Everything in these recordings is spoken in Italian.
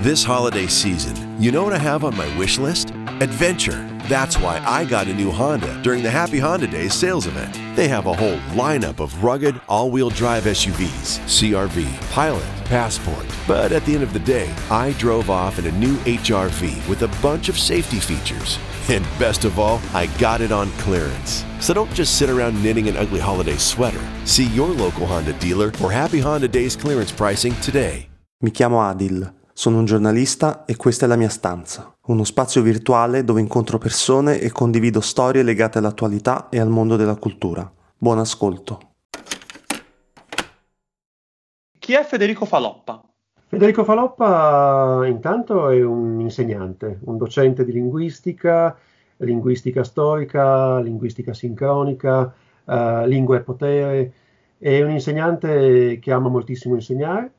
This holiday season, you know what I have on my wish list? Adventure. That's why I got a new Honda during the Happy Honda Days sales event. They have a whole lineup of rugged, all-wheel drive SUVs, CR-V, Pilot, Passport. But at the end of the day, I drove off in a new HR-V with a bunch of safety features. And best of all, I got it on clearance. So don't just sit around knitting an ugly holiday sweater. See your local Honda dealer for Happy Honda Days clearance pricing today. Mi chiamo Adil, sono un giornalista e questa è la mia stanza, uno spazio virtuale dove incontro persone e condivido storie legate all'attualità e al mondo della cultura. Buon ascolto. Chi è Federico Faloppa? Federico Faloppa intanto è un insegnante, un docente di linguistica, linguistica storica, linguistica sincronica, lingua e potere. È un insegnante che ama moltissimo insegnare.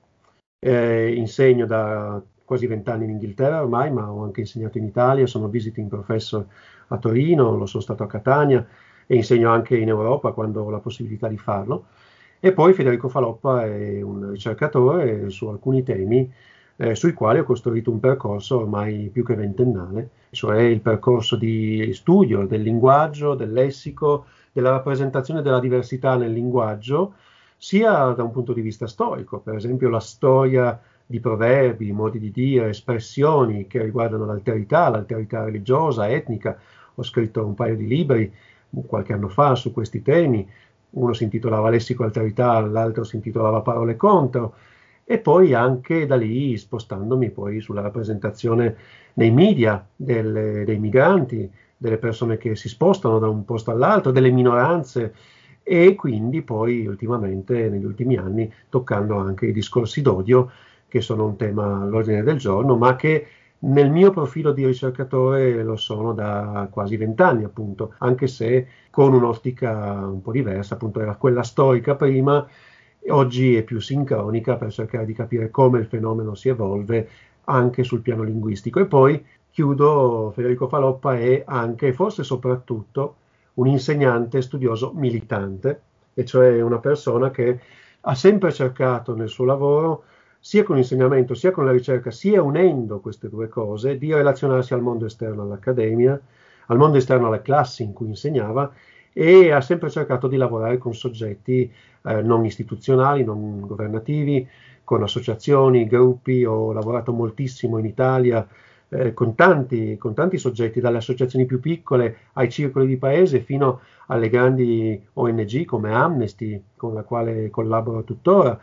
Insegno da quasi 20 anni in Inghilterra ormai, ma ho anche insegnato in Italia, sono visiting professor a Torino, lo sono stato a Catania e insegno anche in Europa quando ho la possibilità di farlo. E poi Federico Faloppa è un ricercatore su alcuni temi sui quali ho costruito un percorso ormai più che ventennale, cioè il percorso di studio del linguaggio, del lessico, della rappresentazione della diversità nel linguaggio, sia da un punto di vista storico, per esempio la storia di proverbi, modi di dire, espressioni che riguardano l'alterità religiosa, etnica. Ho scritto un paio di libri qualche anno fa su questi temi, uno si intitolava Lessico Alterità, l'altro si intitolava Parole contro, e poi anche da lì spostandomi poi sulla rappresentazione nei media dei migranti, delle persone che si spostano da un posto all'altro, delle minoranze, e quindi poi ultimamente, negli ultimi anni, toccando anche i discorsi d'odio, che sono un tema all'ordine del giorno, ma che nel mio profilo di ricercatore lo sono da quasi 20 anni, appunto, anche se con un'ottica un po' diversa, appunto era quella storica prima, oggi è più sincronica per cercare di capire come il fenomeno si evolve anche sul piano linguistico. E poi chiudo, Federico Faloppa è anche, forse soprattutto, un insegnante studioso militante, e cioè una persona che ha sempre cercato nel suo lavoro, sia con l'insegnamento sia con la ricerca, sia unendo queste due cose, di relazionarsi al mondo esterno all'accademia, al mondo esterno alle classi in cui insegnava, e ha sempre cercato di lavorare con soggetti non istituzionali, non governativi, con associazioni, gruppi. Ho lavorato moltissimo in Italia con tanti soggetti, dalle associazioni più piccole ai circoli di paese fino alle grandi ONG come Amnesty, con la quale collaboro tuttora,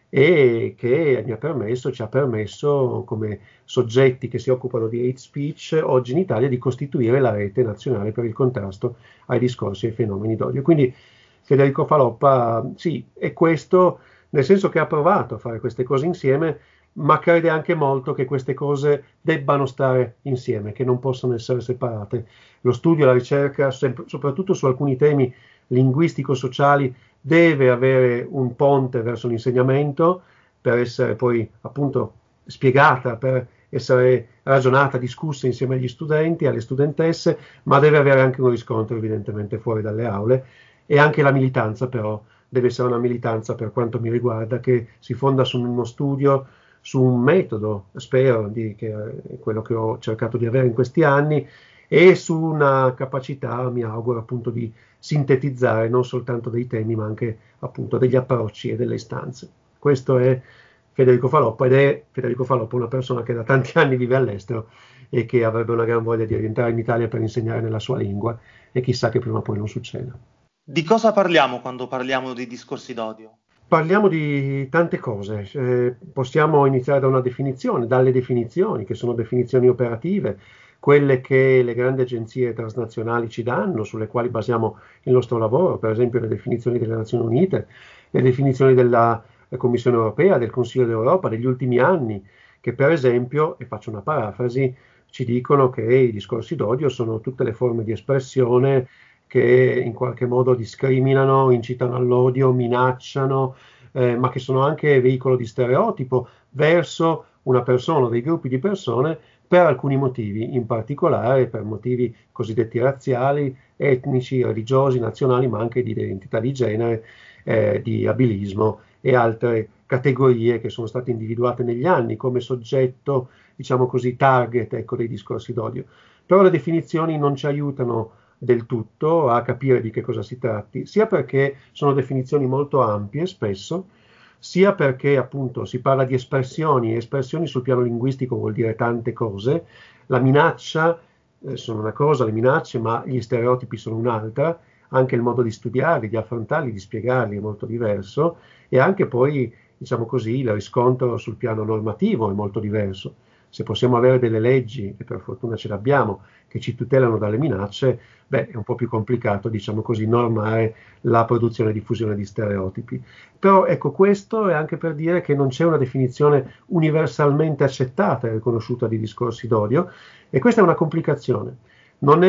e che ci ha permesso come soggetti che si occupano di hate speech oggi in Italia di costituire la rete nazionale per il contrasto ai discorsi e ai fenomeni d'odio. Quindi Federico Faloppa sì, è questo, nel senso che ha provato a fare queste cose insieme, ma crede anche molto che queste cose debbano stare insieme, che non possono essere separate. Lo studio, la ricerca, soprattutto su alcuni temi linguistico-sociali, deve avere un ponte verso l'insegnamento per essere poi appunto spiegata, per essere ragionata, discussa insieme agli studenti, alle studentesse, ma deve avere anche un riscontro evidentemente fuori dalle aule. E anche la militanza però deve essere una militanza, per quanto mi riguarda, che si fonda su uno studio, su un metodo, spero, che è quello che ho cercato di avere in questi anni, e su una capacità, mi auguro, appunto, di sintetizzare non soltanto dei temi, ma anche appunto degli approcci e delle istanze. Questo è Federico Faloppa, ed è Federico Faloppa una persona che da tanti anni vive all'estero e che avrebbe una gran voglia di rientrare in Italia per insegnare nella sua lingua, e chissà che prima o poi non succeda. Di cosa parliamo quando parliamo di discorsi d'odio? Parliamo di tante cose, possiamo iniziare da una definizione, dalle definizioni, che sono definizioni operative, quelle che le grandi agenzie transnazionali ci danno, sulle quali basiamo il nostro lavoro, per esempio le definizioni delle Nazioni Unite, le definizioni della Commissione Europea, del Consiglio d'Europa degli ultimi anni, che per esempio, e faccio una parafrasi, ci dicono che i discorsi d'odio sono tutte le forme di espressione che in qualche modo discriminano, incitano all'odio, minacciano, ma che sono anche veicolo di stereotipo verso una persona o dei gruppi di persone per alcuni motivi, in particolare per motivi cosiddetti razziali, etnici, religiosi, nazionali, ma anche di identità di genere, di abilismo e altre categorie che sono state individuate negli anni come soggetto, diciamo così, target, ecco, dei discorsi d'odio. Però le definizioni non ci aiutano del tutto a capire di che cosa si tratti, sia perché sono definizioni molto ampie spesso, sia perché appunto si parla di espressioni, e espressioni sul piano linguistico vuol dire tante cose. La minaccia sono una cosa, le minacce, ma gli stereotipi sono un'altra, anche il modo di studiarli, di affrontarli, di spiegarli è molto diverso, e anche poi, diciamo così, il riscontro sul piano normativo è molto diverso. Se possiamo avere delle leggi, e per fortuna ce le abbiamo, che ci tutelano dalle minacce, beh, è un po' più complicato, diciamo così, normare la produzione e diffusione di stereotipi. Però ecco, questo è anche per dire che non c'è una definizione universalmente accettata e riconosciuta di discorsi d'odio, e questa è una complicazione. Non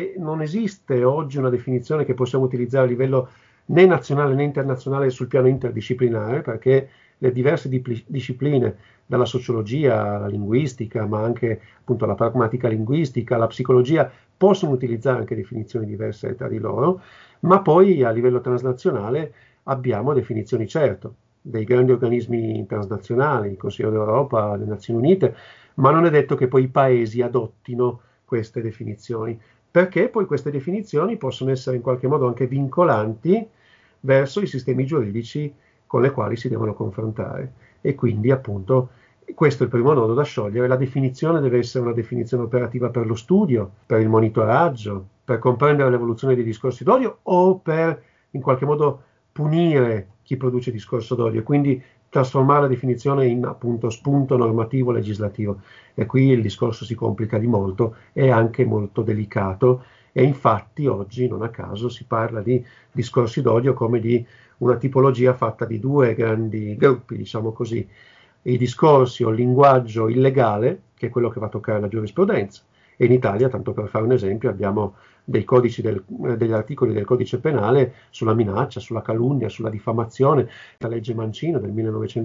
esiste oggi una definizione che possiamo utilizzare a livello né nazionale né internazionale sul piano interdisciplinare, perché le diverse discipline, dalla sociologia alla linguistica, ma anche appunto la pragmatica linguistica, la psicologia, possono utilizzare anche definizioni diverse tra di loro, ma poi a livello transnazionale abbiamo definizioni, certo, dei grandi organismi transnazionali, il Consiglio d'Europa, le Nazioni Unite, ma non è detto che poi i paesi adottino queste definizioni, perché poi queste definizioni possono essere in qualche modo anche vincolanti verso i sistemi giuridici con le quali si devono confrontare. E quindi appunto questo è il primo nodo da sciogliere. La definizione deve essere una definizione operativa per lo studio, per il monitoraggio, per comprendere l'evoluzione dei discorsi d'odio o per in qualche modo punire chi produce discorso d'odio, quindi trasformare la definizione in appunto spunto normativo legislativo. E qui il discorso si complica di molto, è anche molto delicato, e infatti oggi non a caso si parla di discorsi d'odio come di una tipologia fatta di due grandi gruppi, diciamo così: i discorsi o il linguaggio illegale, che è quello che va a toccare la giurisprudenza, e in Italia, tanto per fare un esempio, abbiamo dei codici degli articoli del codice penale sulla minaccia, sulla calunnia, sulla diffamazione, la legge Mancino del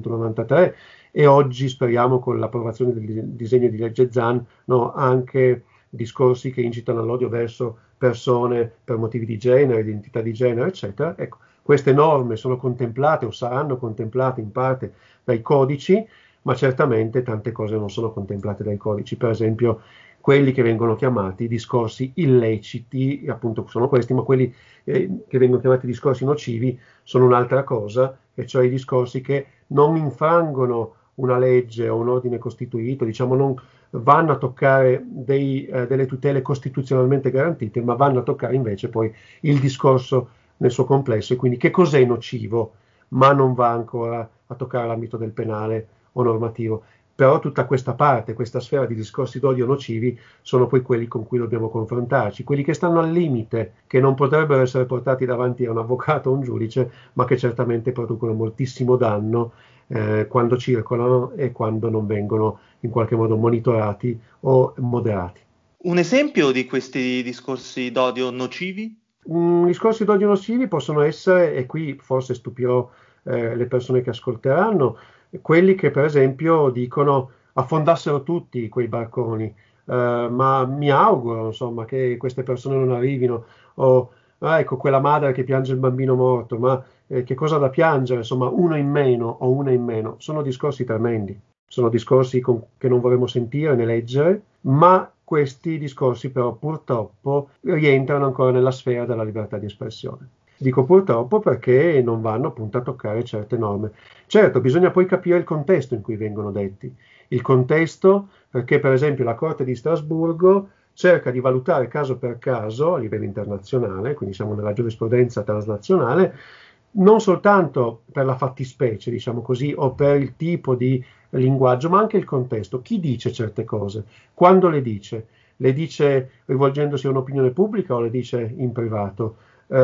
1993, e oggi speriamo con l'approvazione del disegno di legge Zan, no, anche discorsi che incitano all'odio verso persone per motivi di genere, identità di genere, eccetera. Ecco, queste norme sono contemplate o saranno contemplate in parte dai codici, ma certamente tante cose non sono contemplate dai codici. Per esempio, quelli che vengono chiamati discorsi illeciti, appunto sono questi, ma quelli che vengono chiamati discorsi nocivi sono un'altra cosa, e cioè i discorsi che non infrangono una legge o un ordine costituito, diciamo non vanno a toccare delle tutele costituzionalmente garantite, ma vanno a toccare invece poi il discorso nel suo complesso, e quindi che cos'è nocivo, ma non va ancora a toccare l'ambito del penale o normativo. Però tutta questa parte, questa sfera di discorsi d'odio nocivi sono poi quelli con cui dobbiamo confrontarci, quelli che stanno al limite, che non potrebbero essere portati davanti a un avvocato o un giudice, ma che certamente producono moltissimo danno quando circolano e quando non vengono in qualche modo monitorati o moderati. Un esempio di questi discorsi d'odio nocivi? Discorsi d'odio nocivi possono essere, e qui forse stupirò le persone che ascolteranno, quelli che per esempio dicono affondassero tutti quei barconi, ma mi auguro insomma che queste persone non arrivino, o ecco quella madre che piange il bambino morto, ma che cosa da piangere, insomma uno in meno o una in meno. Sono discorsi tremendi, sono discorsi che non vorremmo sentire né leggere, ma questi discorsi però purtroppo rientrano ancora nella sfera della libertà di espressione. Dico purtroppo perché non vanno appunto a toccare certe norme. Certo, bisogna poi capire il contesto in cui vengono detti. Il contesto perché per esempio la Corte di Strasburgo cerca di valutare caso per caso a livello internazionale, quindi siamo nella giurisprudenza transnazionale, non soltanto per la fattispecie, diciamo così, o per il tipo di linguaggio, ma anche il contesto. Chi dice certe cose? Quando le dice? Le dice rivolgendosi a un'opinione pubblica o le dice in privato?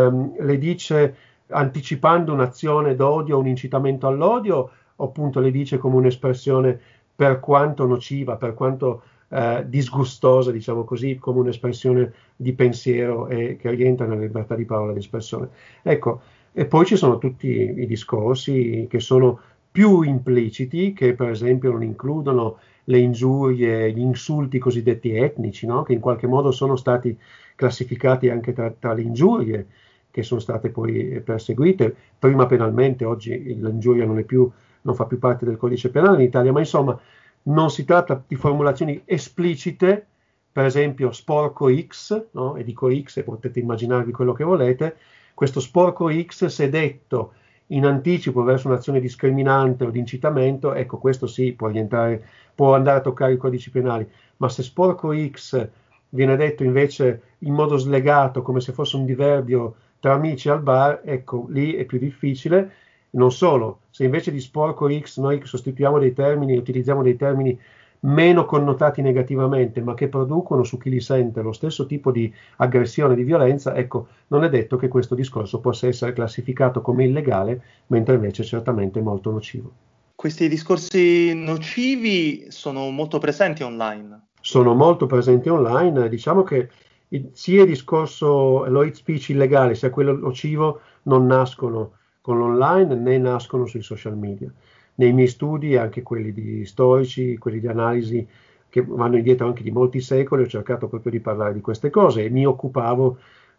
Le dice anticipando un'azione d'odio, un incitamento all'odio, o appunto le dice come un'espressione per quanto nociva, per quanto disgustosa, diciamo così, come un'espressione di pensiero e che rientra nella libertà di parola e di espressione. Ecco, e poi ci sono tutti i discorsi che sono più impliciti, che per esempio non includono le ingiurie, gli insulti cosiddetti etnici, no? Che in qualche modo sono stati classificati anche tra le ingiurie, che sono state poi perseguite, prima penalmente, oggi l'ingiuria non fa più parte del codice penale in Italia, ma insomma non si tratta di formulazioni esplicite, per esempio sporco X, no? E dico X e potete immaginarvi quello che volete, questo sporco X, se detto in anticipo verso un'azione discriminante o di incitamento, ecco, questo sì può andare a toccare i codici penali, ma se sporco X viene detto invece in modo slegato, come se fosse un diverbio tra amici al bar, ecco, lì è più difficile. Non solo, se invece di sporco X noi sostituiamo dei termini, utilizziamo dei termini meno connotati negativamente, ma che producono su chi li sente lo stesso tipo di aggressione, di violenza, ecco, non è detto che questo discorso possa essere classificato come illegale, mentre invece certamente è molto nocivo. Questi discorsi nocivi sono molto presenti online. Sono molto presenti online, diciamo che sia il discorso, lo hate speech illegale, sia quello nocivo, non nascono con l'online né nascono sui social media. Nei miei studi, anche quelli di storici, quelli di analisi che vanno indietro anche di molti secoli, ho cercato proprio di parlare di queste cose e mi occupavo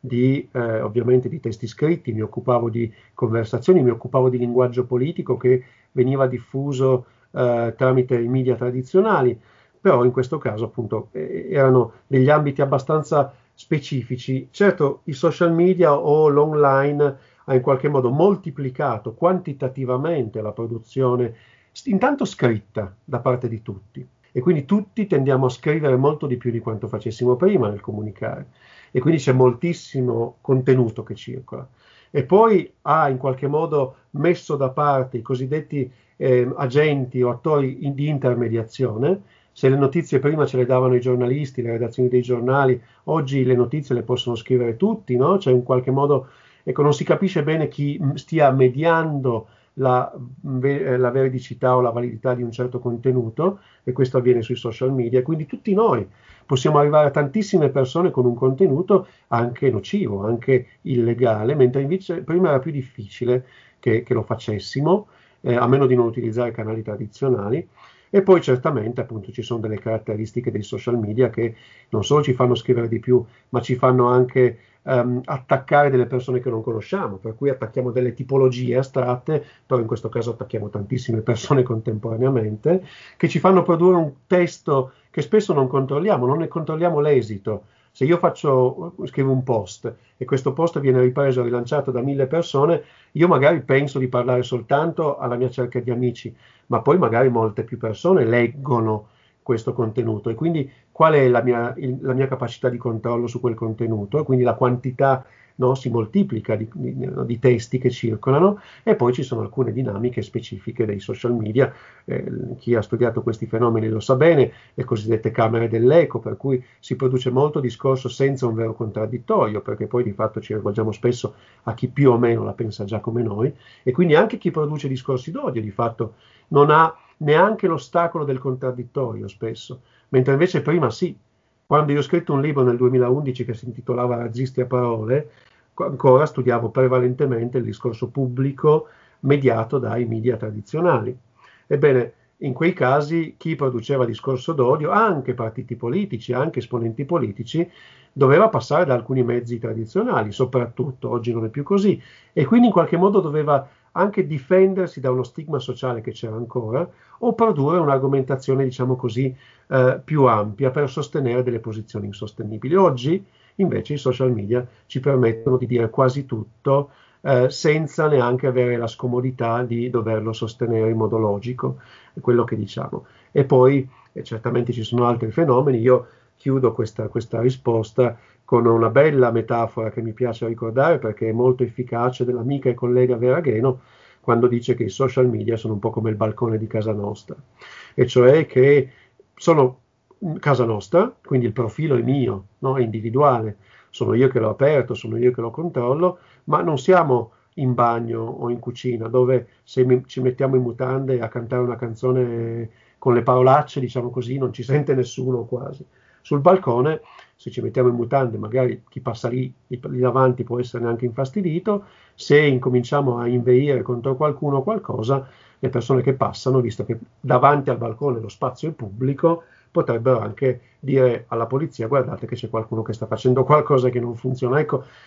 ovviamente di testi scritti, mi occupavo di conversazioni, mi occupavo di linguaggio politico che veniva diffuso tramite i media tradizionali, però in questo caso appunto erano degli ambiti abbastanza specifici. Certo, i social media o l'online ha in qualche modo moltiplicato quantitativamente la produzione, intanto scritta da parte di tutti, e quindi tutti tendiamo a scrivere molto di più di quanto facessimo prima nel comunicare, e quindi c'è moltissimo contenuto che circola. E poi ha in qualche modo messo da parte i cosiddetti agenti o attori di intermediazione. Se le notizie prima ce le davano i giornalisti, le redazioni dei giornali, oggi le notizie le possono scrivere tutti, no? C'è in qualche modo, ecco, non si capisce bene chi stia mediando la veridicità o la validità di un certo contenuto, e questo avviene sui social media, quindi tutti noi possiamo arrivare a tantissime persone con un contenuto anche nocivo, anche illegale, mentre invece prima era più difficile che lo facessimo, a meno di non utilizzare canali tradizionali. E poi certamente appunto ci sono delle caratteristiche dei social media che non solo ci fanno scrivere di più, ma ci fanno anche attaccare delle persone che non conosciamo, per cui attacchiamo delle tipologie astratte, però in questo caso attacchiamo tantissime persone contemporaneamente, che ci fanno produrre un testo che spesso non controlliamo, non ne controlliamo l'esito. Se io scrivo un post e questo post viene ripreso e rilanciato da 1000 persone, io magari penso di parlare soltanto alla mia cerchia di amici, ma poi magari molte più persone leggono questo contenuto, e quindi qual è la mia capacità di controllo su quel contenuto? Quindi la quantità, no, si moltiplica di testi che circolano, e poi ci sono alcune dinamiche specifiche dei social media. Chi ha studiato questi fenomeni lo sa bene, le cosiddette camere dell'eco, per cui si produce molto discorso senza un vero contraddittorio, perché poi di fatto ci rivolgiamo spesso a chi più o meno la pensa già come noi, e quindi anche chi produce discorsi d'odio di fatto non ha neanche l'ostacolo del contraddittorio spesso, mentre invece prima sì. Quando io ho scritto un libro nel 2011 che si intitolava Razzisti a parole, ancora studiavo prevalentemente il discorso pubblico mediato dai media tradizionali. Ebbene, in quei casi chi produceva discorso d'odio, anche partiti politici, anche esponenti politici, doveva passare da alcuni mezzi tradizionali, soprattutto, oggi non è più così, e quindi in qualche modo doveva anche difendersi da uno stigma sociale che c'era ancora, o produrre un'argomentazione, diciamo così, più ampia per sostenere delle posizioni insostenibili. Oggi, invece, i social media ci permettono di dire quasi tutto, senza neanche avere la scomodità di doverlo sostenere in modo logico, quello che diciamo. E poi, certamente ci sono altri fenomeni. Io chiudo questa risposta con una bella metafora che mi piace ricordare perché è molto efficace, dell'amica e collega Vera Gheno, quando dice che i social media sono un po' come il balcone di casa nostra, e cioè che sono casa nostra, quindi il profilo è mio, no? È individuale, sono io che l'ho aperto, sono io che lo controllo, ma non siamo in bagno o in cucina, dove se ci mettiamo in mutande a cantare una canzone con le parolacce, diciamo così, non ci sente nessuno quasi. Sul balcone, se ci mettiamo in mutande, magari chi passa lì davanti può essere anche infastidito. Se incominciamo a inveire contro qualcuno o qualcosa, le persone che passano, visto che davanti al balcone lo spazio è pubblico, potrebbero anche dire alla polizia: guardate che c'è qualcuno che sta facendo qualcosa che non funziona. Ecco,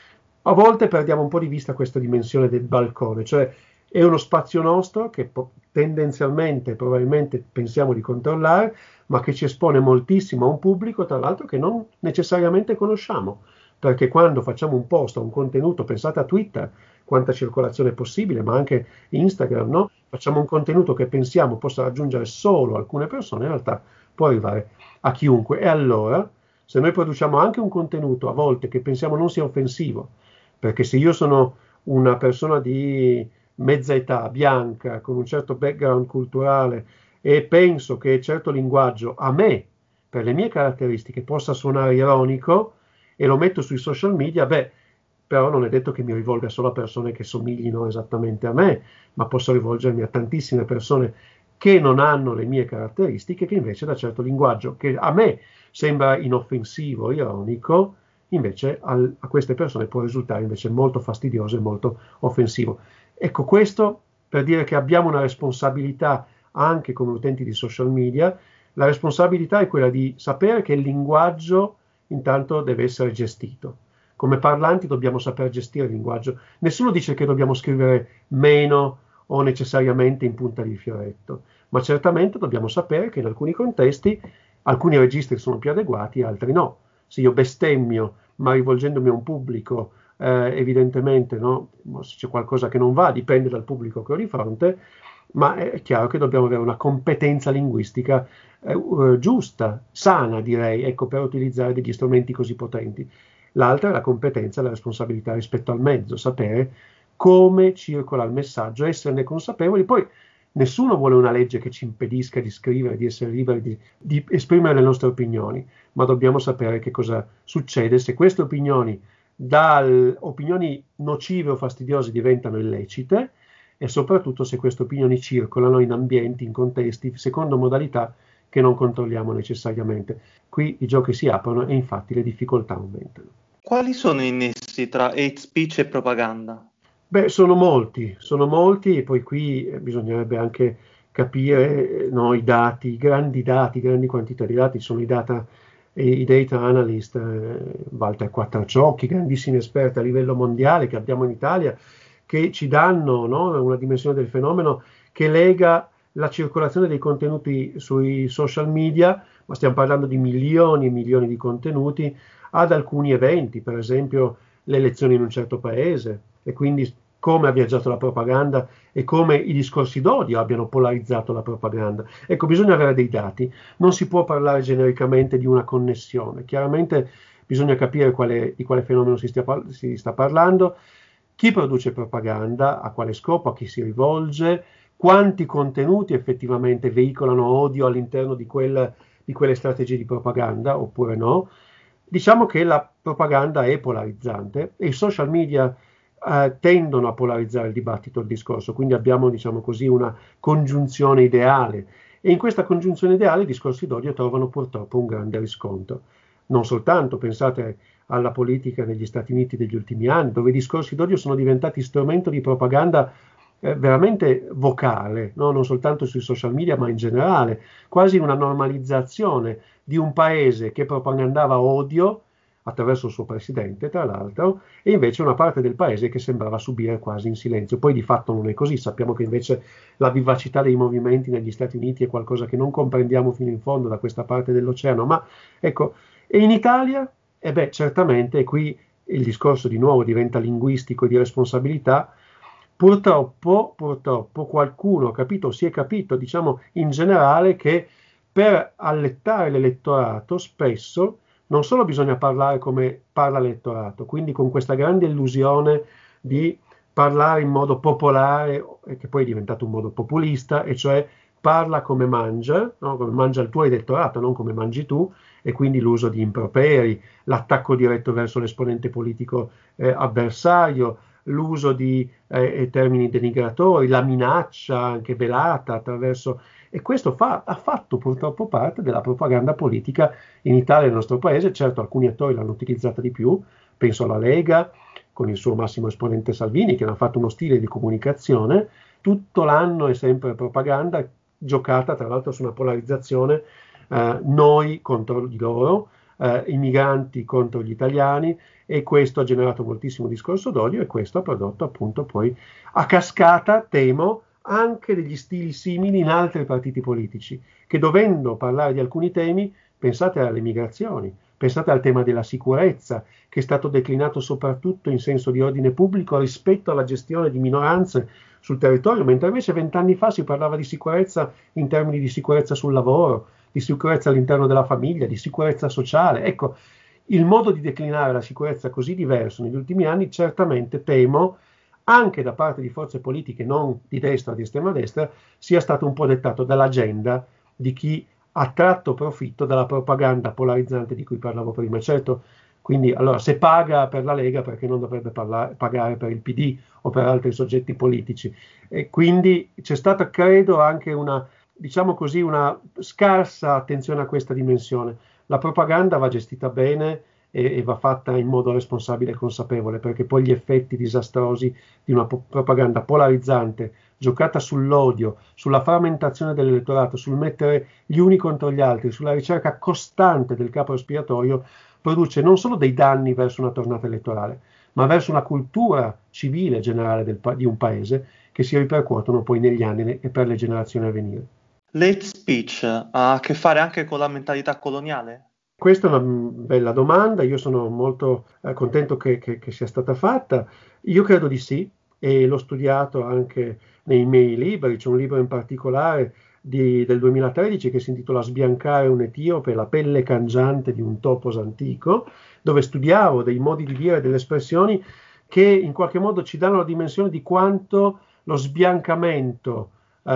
A volte perdiamo un po' di vista questa dimensione del balcone, cioè è uno spazio nostro che tendenzialmente, probabilmente pensiamo di controllare, ma che ci espone moltissimo a un pubblico, tra l'altro, che non necessariamente conosciamo, perché quando facciamo un post o un contenuto, pensate a Twitter, quanta circolazione è possibile, ma anche Instagram, no? Facciamo un contenuto che pensiamo possa raggiungere solo alcune persone, in realtà può arrivare a chiunque. E allora, se noi produciamo anche un contenuto a volte che pensiamo non sia offensivo, perché se io sono una persona di mezza età, bianca, con un certo background culturale e penso che certo linguaggio a me, per le mie caratteristiche, possa suonare ironico e lo metto sui social media, però non è detto che mi rivolga solo a persone che somiglino esattamente a me, ma posso rivolgermi a tantissime persone che non hanno le mie caratteristiche, che invece da certo linguaggio, che a me sembra inoffensivo, ironico, invece a queste persone può risultare invece molto fastidioso e molto offensivo. Ecco, questo per dire che abbiamo una responsabilità anche come utenti di social media. La responsabilità è quella di sapere che il linguaggio intanto deve essere gestito. Come parlanti dobbiamo saper gestire il linguaggio. Nessuno dice che dobbiamo scrivere meno o necessariamente in punta di fioretto, ma certamente dobbiamo sapere che in alcuni contesti alcuni registri sono più adeguati, altri no. Se io bestemmio, ma rivolgendomi a un pubblico, evidentemente, no? Se c'è qualcosa che non va, dipende dal pubblico che ho di fronte, ma è chiaro che dobbiamo avere una competenza linguistica giusta, sana direi, ecco, per utilizzare degli strumenti così potenti. L'altra è la competenza e la responsabilità rispetto al mezzo, sapere come circola il messaggio, esserne consapevoli. Poi nessuno vuole una legge che ci impedisca di scrivere, di essere liberi di esprimere le nostre opinioni, ma dobbiamo sapere che cosa succede se queste opinioni, opinioni nocive o fastidiose, diventano illecite, e soprattutto se queste opinioni circolano in ambienti, in contesti, secondo modalità che non controlliamo necessariamente. Qui i giochi si aprono e infatti le difficoltà aumentano. Quali sono i nessi tra hate speech e propaganda? Sono molti, e poi qui bisognerebbe anche capire no, i dati, grandi quantità di dati, sono i data analyst, Walter Quattrociocchi, grandissimi esperti a livello mondiale che abbiamo in Italia, che ci danno no, una dimensione del fenomeno che lega la circolazione dei contenuti sui social media, ma stiamo parlando di milioni e milioni di contenuti, ad alcuni eventi, per esempio le elezioni in un certo paese, e quindi come ha viaggiato la propaganda e come i discorsi d'odio abbiano polarizzato la propaganda. Ecco, bisogna avere dei dati, non si può parlare genericamente di una connessione, chiaramente bisogna capire di quale fenomeno si sta parlando, chi produce propaganda, a quale scopo, a chi si rivolge, quanti contenuti effettivamente veicolano odio all'interno di quelle strategie di propaganda, oppure no. Diciamo che la propaganda è polarizzante e i social media tendono a polarizzare il dibattito, il discorso, quindi abbiamo, diciamo così, una congiunzione ideale e in questa congiunzione ideale i discorsi d'odio trovano purtroppo un grande riscontro. Non soltanto, pensate alla politica negli Stati Uniti degli ultimi anni, dove i discorsi d'odio sono diventati strumento di propaganda veramente vocale, no? Non soltanto sui social media, ma in generale, quasi una normalizzazione di un paese che propagandava odio attraverso il suo presidente, tra l'altro, e invece una parte del paese che sembrava subire quasi in silenzio. Poi di fatto non è così, sappiamo che invece la vivacità dei movimenti negli Stati Uniti è qualcosa che non comprendiamo fino in fondo da questa parte dell'oceano, ma ecco, e in Italia? Certamente, e qui il discorso di nuovo diventa linguistico e di responsabilità. Purtroppo qualcuno ha capito, si è capito, diciamo in generale, che per allettare l'elettorato spesso non solo bisogna parlare come parla l'elettorato, quindi con questa grande illusione di parlare in modo popolare, che poi è diventato un modo populista, e cioè parla come mangia, no? Come mangia il tuo elettorato, non come mangi tu, e quindi l'uso di improperi, l'attacco diretto verso l'esponente politico avversario, l'uso di termini denigratori, la minaccia anche velata attraverso... E questo ha fatto purtroppo parte della propaganda politica in Italia e nel nostro paese. Certo, alcuni attori l'hanno utilizzata di più, penso alla Lega, con il suo massimo esponente Salvini, che ha fatto uno stile di comunicazione. Tutto l'anno è sempre propaganda, giocata tra l'altro su una polarizzazione noi contro di loro, i migranti contro gli italiani, e questo ha generato moltissimo discorso d'odio, e questo ha prodotto appunto poi a cascata, temo, anche degli stili simili in altri partiti politici, che dovendo parlare di alcuni temi, pensate alle migrazioni, pensate al tema della sicurezza, che è stato declinato soprattutto in senso di ordine pubblico rispetto alla gestione di minoranze sul territorio, mentre invece 20 anni fa si parlava di sicurezza in termini di sicurezza sul lavoro, di sicurezza all'interno della famiglia, di sicurezza sociale. Ecco, il modo di declinare la sicurezza così diverso negli ultimi anni, certamente temo, anche da parte di forze politiche non di destra o di estrema destra, sia stato un po' dettato dall'agenda di chi ha tratto profitto dalla propaganda polarizzante di cui parlavo prima. Certo, quindi allora se paga per la Lega, perché non dovrebbe pagare per il PD o per altri soggetti politici? E quindi c'è stata, credo, anche una, diciamo così, una scarsa attenzione a questa dimensione. La propaganda va gestita bene e va fatta in modo responsabile e consapevole, perché poi gli effetti disastrosi di una propaganda polarizzante, giocata sull'odio, sulla frammentazione dell'elettorato, sul mettere gli uni contro gli altri, sulla ricerca costante del capro espiatorio, produce non solo dei danni verso una tornata elettorale, ma verso una cultura civile generale di un paese, che si ripercuotono poi negli anni e per le generazioni a venire. L'hate speech ha a che fare anche con la mentalità coloniale? Questa è una bella domanda, io sono molto contento che sia stata fatta. Io credo di sì, e l'ho studiato anche nei miei libri. C'è un libro in particolare del 2013 che si intitola Sbiancare un etiope, la pelle cangiante di un topos antico, dove studiavo dei modi di dire, delle espressioni che in qualche modo ci danno la dimensione di quanto lo sbiancamento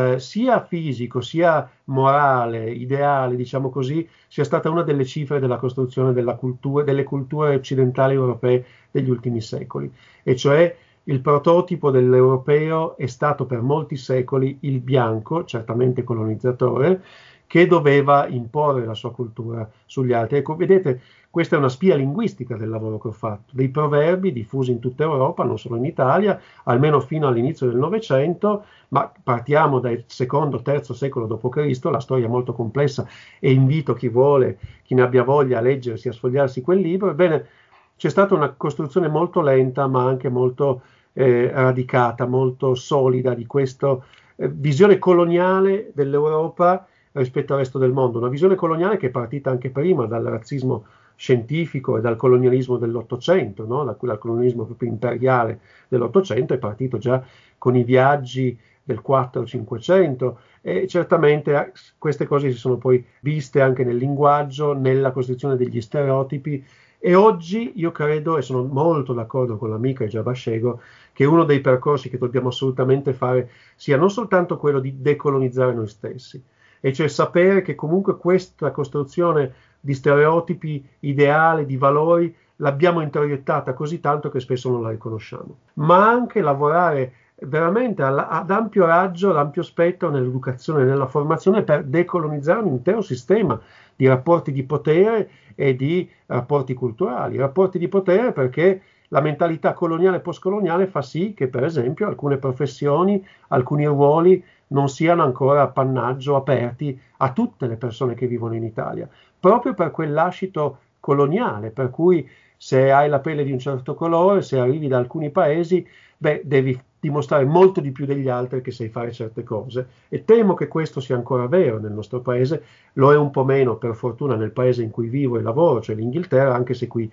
sia fisico, sia morale, ideale, diciamo così, sia stata una delle cifre della costruzione delle culture occidentali europee degli ultimi secoli, e cioè il prototipo dell'europeo è stato per molti secoli il bianco, certamente colonizzatore, che doveva imporre la sua cultura sugli altri. Ecco, vedete, questa è una spia linguistica del lavoro che ho fatto, dei proverbi diffusi in tutta Europa, non solo in Italia, almeno fino all'inizio del Novecento, ma partiamo dal secondo-terzo secolo d.C., la storia è molto complessa e invito chi vuole, chi ne abbia voglia a leggersi, a sfogliarsi quel libro. Ebbene, c'è stata una costruzione molto lenta, ma anche molto radicata, molto solida di questa visione coloniale dell'Europa rispetto al resto del mondo, una visione coloniale che è partita anche prima dal razzismo scientifico e dal colonialismo dell'Ottocento, no? Dal colonialismo proprio imperiale dell'Ottocento è partito già con i viaggi del 400-500, e certamente queste cose si sono poi viste anche nel linguaggio, nella costruzione degli stereotipi. E oggi io credo, e sono molto d'accordo con l'amica Giaba Scego, che uno dei percorsi che dobbiamo assolutamente fare sia non soltanto quello di decolonizzare noi stessi, e cioè sapere che comunque questa costruzione di stereotipi, ideali, di valori, l'abbiamo introiettata così tanto che spesso non la riconosciamo, ma anche lavorare veramente ad ampio raggio, ad ampio spettro nell'educazione e nella formazione per decolonizzare un intero sistema di rapporti di potere e di rapporti culturali. Rapporti di potere perché la mentalità coloniale e postcoloniale fa sì che, per esempio, alcune professioni, alcuni ruoli non siano ancora appannaggio aperti a tutte le persone che vivono in Italia, proprio per quel lascito coloniale, per cui se hai la pelle di un certo colore, se arrivi da alcuni paesi, devi dimostrare molto di più degli altri che sai fare certe cose, e temo che questo sia ancora vero nel nostro paese. Lo è un po' meno, per fortuna, nel paese in cui vivo e lavoro, cioè l'Inghilterra, anche se qui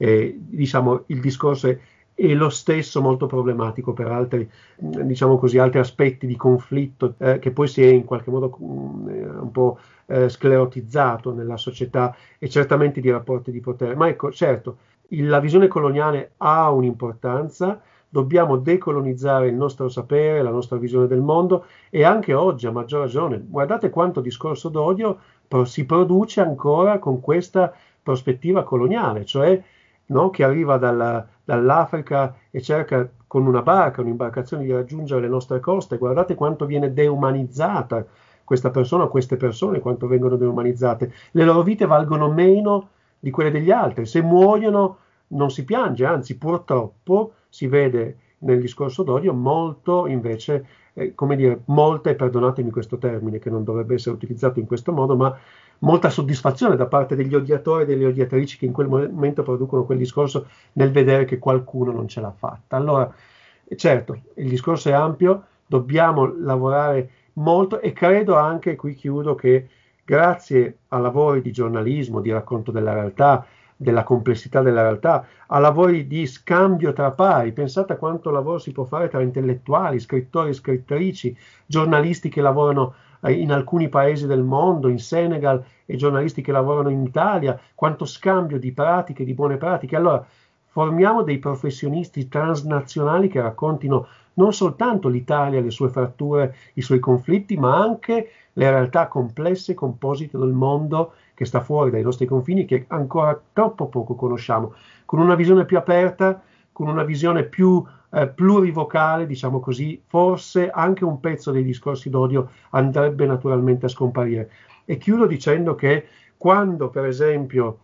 diciamo il discorso è lo stesso, molto problematico per altri, diciamo così, altri aspetti di conflitto che poi si è in qualche modo un po' sclerotizzato nella società, e certamente di rapporti di potere. Ma ecco, certo, la visione coloniale ha un'importanza, dobbiamo decolonizzare il nostro sapere, la nostra visione del mondo, e anche oggi a maggior ragione. Guardate quanto discorso d'odio si produce ancora con questa prospettiva coloniale, cioè no, che arriva dall'Africa e cerca con una barca, un'imbarcazione, di raggiungere le nostre coste. Guardate quanto viene deumanizzata questa persona o queste persone, quanto vengono deumanizzate. Le loro vite valgono meno di quelle degli altri. Se muoiono non si piange, anzi purtroppo si vede nel discorso d'odio molto invece come dire, molta, e perdonatemi questo termine che non dovrebbe essere utilizzato in questo modo, ma molta soddisfazione da parte degli odiatori e delle odiatrici che in quel momento producono quel discorso nel vedere che qualcuno non ce l'ha fatta. Allora, certo, il discorso è ampio, dobbiamo lavorare molto, e credo anche, qui chiudo, che grazie a lavori di giornalismo, di racconto della realtà, della complessità della realtà, a lavori di scambio tra pari, pensate a quanto lavoro si può fare tra intellettuali, scrittori e scrittrici, giornalisti che lavorano in alcuni paesi del mondo, in Senegal, e giornalisti che lavorano in Italia, quanto scambio di pratiche, di buone pratiche. Allora, formiamo dei professionisti transnazionali che raccontino non soltanto l'Italia, le sue fratture, i suoi conflitti, ma anche le realtà complesse e composite del mondo che sta fuori dai nostri confini, che ancora troppo poco conosciamo, con una visione più aperta, con una visione più plurivocale, diciamo così. Forse anche un pezzo dei discorsi d'odio andrebbe naturalmente a scomparire. E chiudo dicendo che quando, per esempio,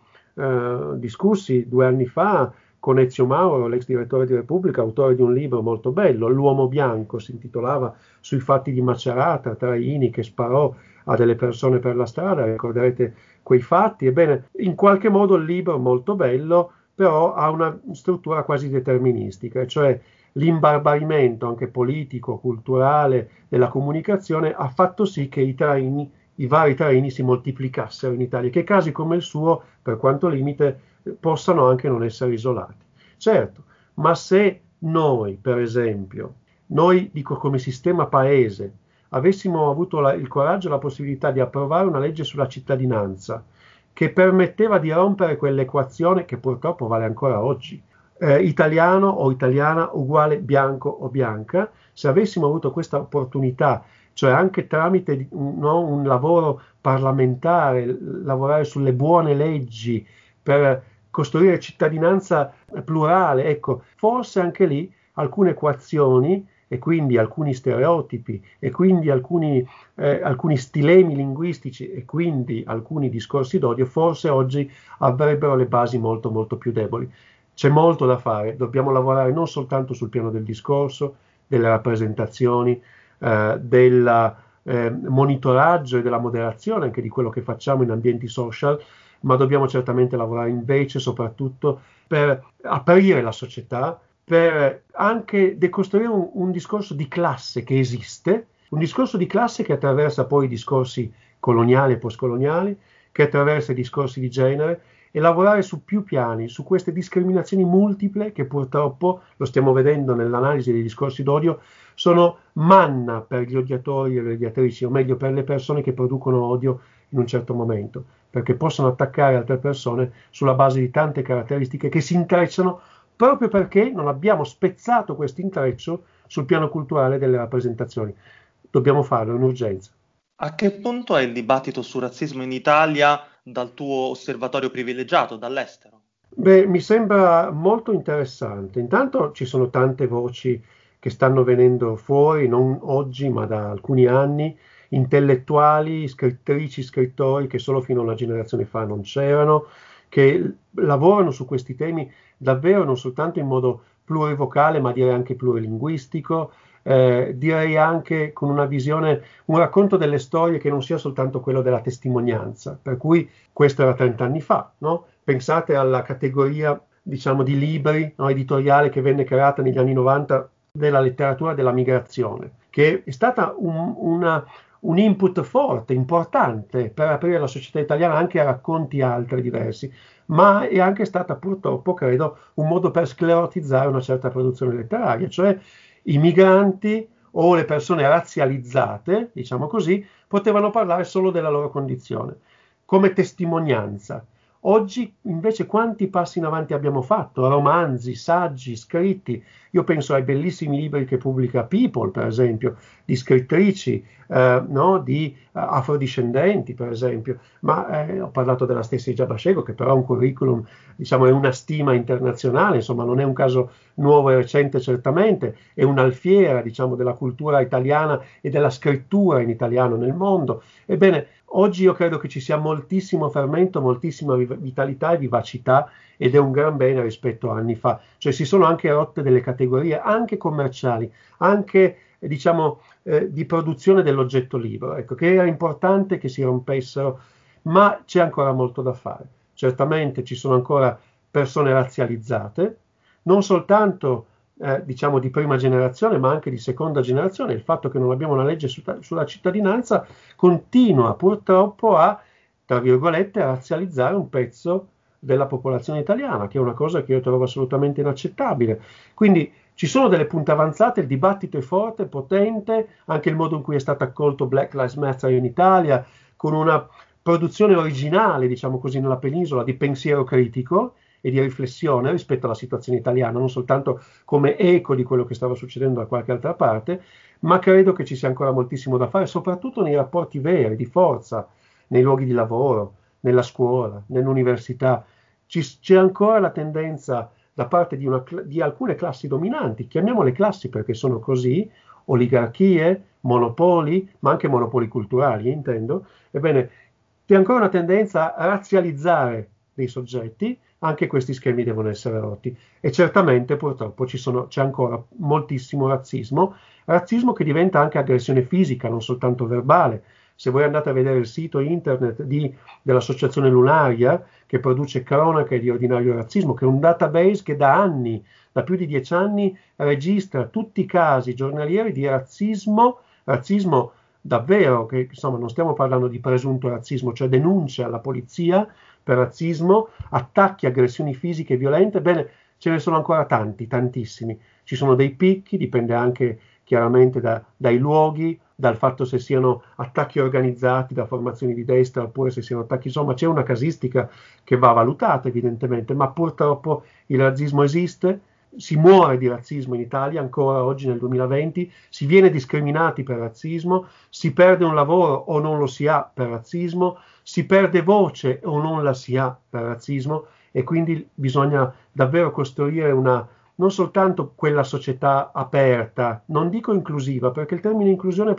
discussi 2 anni fa con Ezio Mauro, l'ex direttore di Repubblica, autore di un libro molto bello, L'uomo bianco, si intitolava, sui fatti di Macerata, Traini che sparò a delle persone per la strada, ricorderete quei fatti. Ebbene, in qualche modo il libro, molto bello, però ha una struttura quasi deterministica, cioè l'imbarbarimento anche politico, culturale della comunicazione ha fatto sì che i vari traini si moltiplicassero in Italia, che casi come il suo, per quanto limite, possano anche non essere isolati. Certo, ma se noi, per esempio, noi dico come sistema paese, avessimo avuto il coraggio e la possibilità di approvare una legge sulla cittadinanza che permetteva di rompere quell'equazione che purtroppo vale ancora oggi, italiano o italiana uguale bianco o bianca, se avessimo avuto questa opportunità, cioè anche tramite un lavoro parlamentare, lavorare sulle buone leggi per costruire cittadinanza plurale, ecco, forse anche lì alcune equazioni e quindi alcuni stereotipi e quindi alcuni stilemi linguistici e quindi alcuni discorsi d'odio forse oggi avrebbero le basi molto molto più deboli. C'è molto da fare, dobbiamo lavorare non soltanto sul piano del discorso, delle rappresentazioni, del monitoraggio e della moderazione anche di quello che facciamo in ambienti social, ma dobbiamo certamente lavorare invece soprattutto per aprire la società, per anche decostruire un discorso di classe che esiste, un discorso di classe che attraversa poi i discorsi coloniali e postcoloniali, che attraversa i discorsi di genere, e lavorare su più piani, su queste discriminazioni multiple che purtroppo, lo stiamo vedendo nell'analisi dei discorsi d'odio, sono manna per gli odiatori e le odiatrici, o meglio per le persone che producono odio in un certo momento, perché possono attaccare altre persone sulla base di tante caratteristiche che si intrecciano proprio perché non abbiamo spezzato questo intreccio sul piano culturale delle rappresentazioni. Dobbiamo farlo, è un'urgenza. A che punto è il dibattito sul razzismo in Italia dal tuo osservatorio privilegiato, dall'estero? Beh, mi sembra molto interessante. Intanto ci sono tante voci che stanno venendo fuori, non oggi ma da alcuni anni, intellettuali, scrittrici, scrittori che solo fino a una generazione fa non c'erano, che lavorano su questi temi davvero non soltanto in modo plurivocale ma direi anche plurilinguistico, direi anche con una visione, un racconto delle storie che non sia soltanto quello della testimonianza, per cui questo era 30 anni fa, no? Pensate alla categoria, diciamo, di libri, no, editoriale che venne creata negli anni 90 della letteratura della migrazione, che è stata un input forte, importante per aprire la società italiana anche a racconti altri diversi, ma è anche stata purtroppo, credo, un modo per sclerotizzare una certa produzione letteraria, cioè i migranti o le persone razzializzate, diciamo così, potevano parlare solo della loro condizione, come testimonianza. Oggi invece quanti passi in avanti abbiamo fatto? Romanzi, saggi, scritti. Io penso ai bellissimi libri che pubblica People, per esempio, di scrittrici, no? Di afrodiscendenti, per esempio. Ma ho parlato della stessa Ija Bashego, che però ha un curriculum, diciamo, è una stima internazionale, insomma, non è un caso nuovo e recente certamente, è un'alfiera, diciamo, della cultura italiana e della scrittura in italiano nel mondo. Ebbene, oggi io credo che ci sia moltissimo fermento, moltissima vitalità e vivacità, ed è un gran bene rispetto a anni fa. Cioè si sono anche rotte delle categorie, anche commerciali, anche di produzione dell'oggetto libero, ecco, che era importante che si rompessero, ma c'è ancora molto da fare. Certamente ci sono ancora persone razzializzate, non soltanto di prima generazione, ma anche di seconda generazione. Il fatto che non abbiamo una legge sulla cittadinanza continua purtroppo a, tra virgolette, razzializzare un pezzo della popolazione italiana, che è una cosa che io trovo assolutamente inaccettabile. Quindi ci sono delle punte avanzate, il dibattito è forte, potente, anche il modo in cui è stato accolto Black Lives Matter in Italia, con una produzione originale, diciamo così, nella penisola di pensiero critico e di riflessione rispetto alla situazione italiana, non soltanto come eco di quello che stava succedendo da qualche altra parte, ma credo che ci sia ancora moltissimo da fare, soprattutto nei rapporti veri, di forza, nei luoghi di lavoro, nella scuola, nell'università. C'è ancora la tendenza da parte di alcune classi dominanti, chiamiamole classi perché sono così, oligarchie, monopoli, ma anche monopoli culturali, intendo. Ebbene, c'è ancora una tendenza a razzializzare dei soggetti, anche questi schemi devono essere rotti. E certamente purtroppo c'è ancora moltissimo razzismo che diventa anche aggressione fisica, non soltanto verbale. Se voi andate a vedere il sito internet dell'Associazione Lunaria, che produce cronache di ordinario razzismo, che è un database che da anni, da più di 10 anni, registra tutti i casi giornalieri di razzismo davvero, che insomma non stiamo parlando di presunto razzismo, cioè denunce alla polizia per razzismo, attacchi, aggressioni fisiche violente. Bene, ce ne sono ancora tantissimi. Ci sono dei picchi, dipende anche chiaramente dai luoghi, dal fatto se siano attacchi organizzati da formazioni di destra oppure se siano attacchi, insomma c'è una casistica che va valutata evidentemente, ma purtroppo il razzismo esiste, si muore di razzismo in Italia ancora oggi nel 2020, si viene discriminati per razzismo, si perde un lavoro o non lo si ha per razzismo, si perde voce o non la si ha per razzismo, e quindi bisogna davvero costruire non soltanto quella società aperta, non dico inclusiva, perché il termine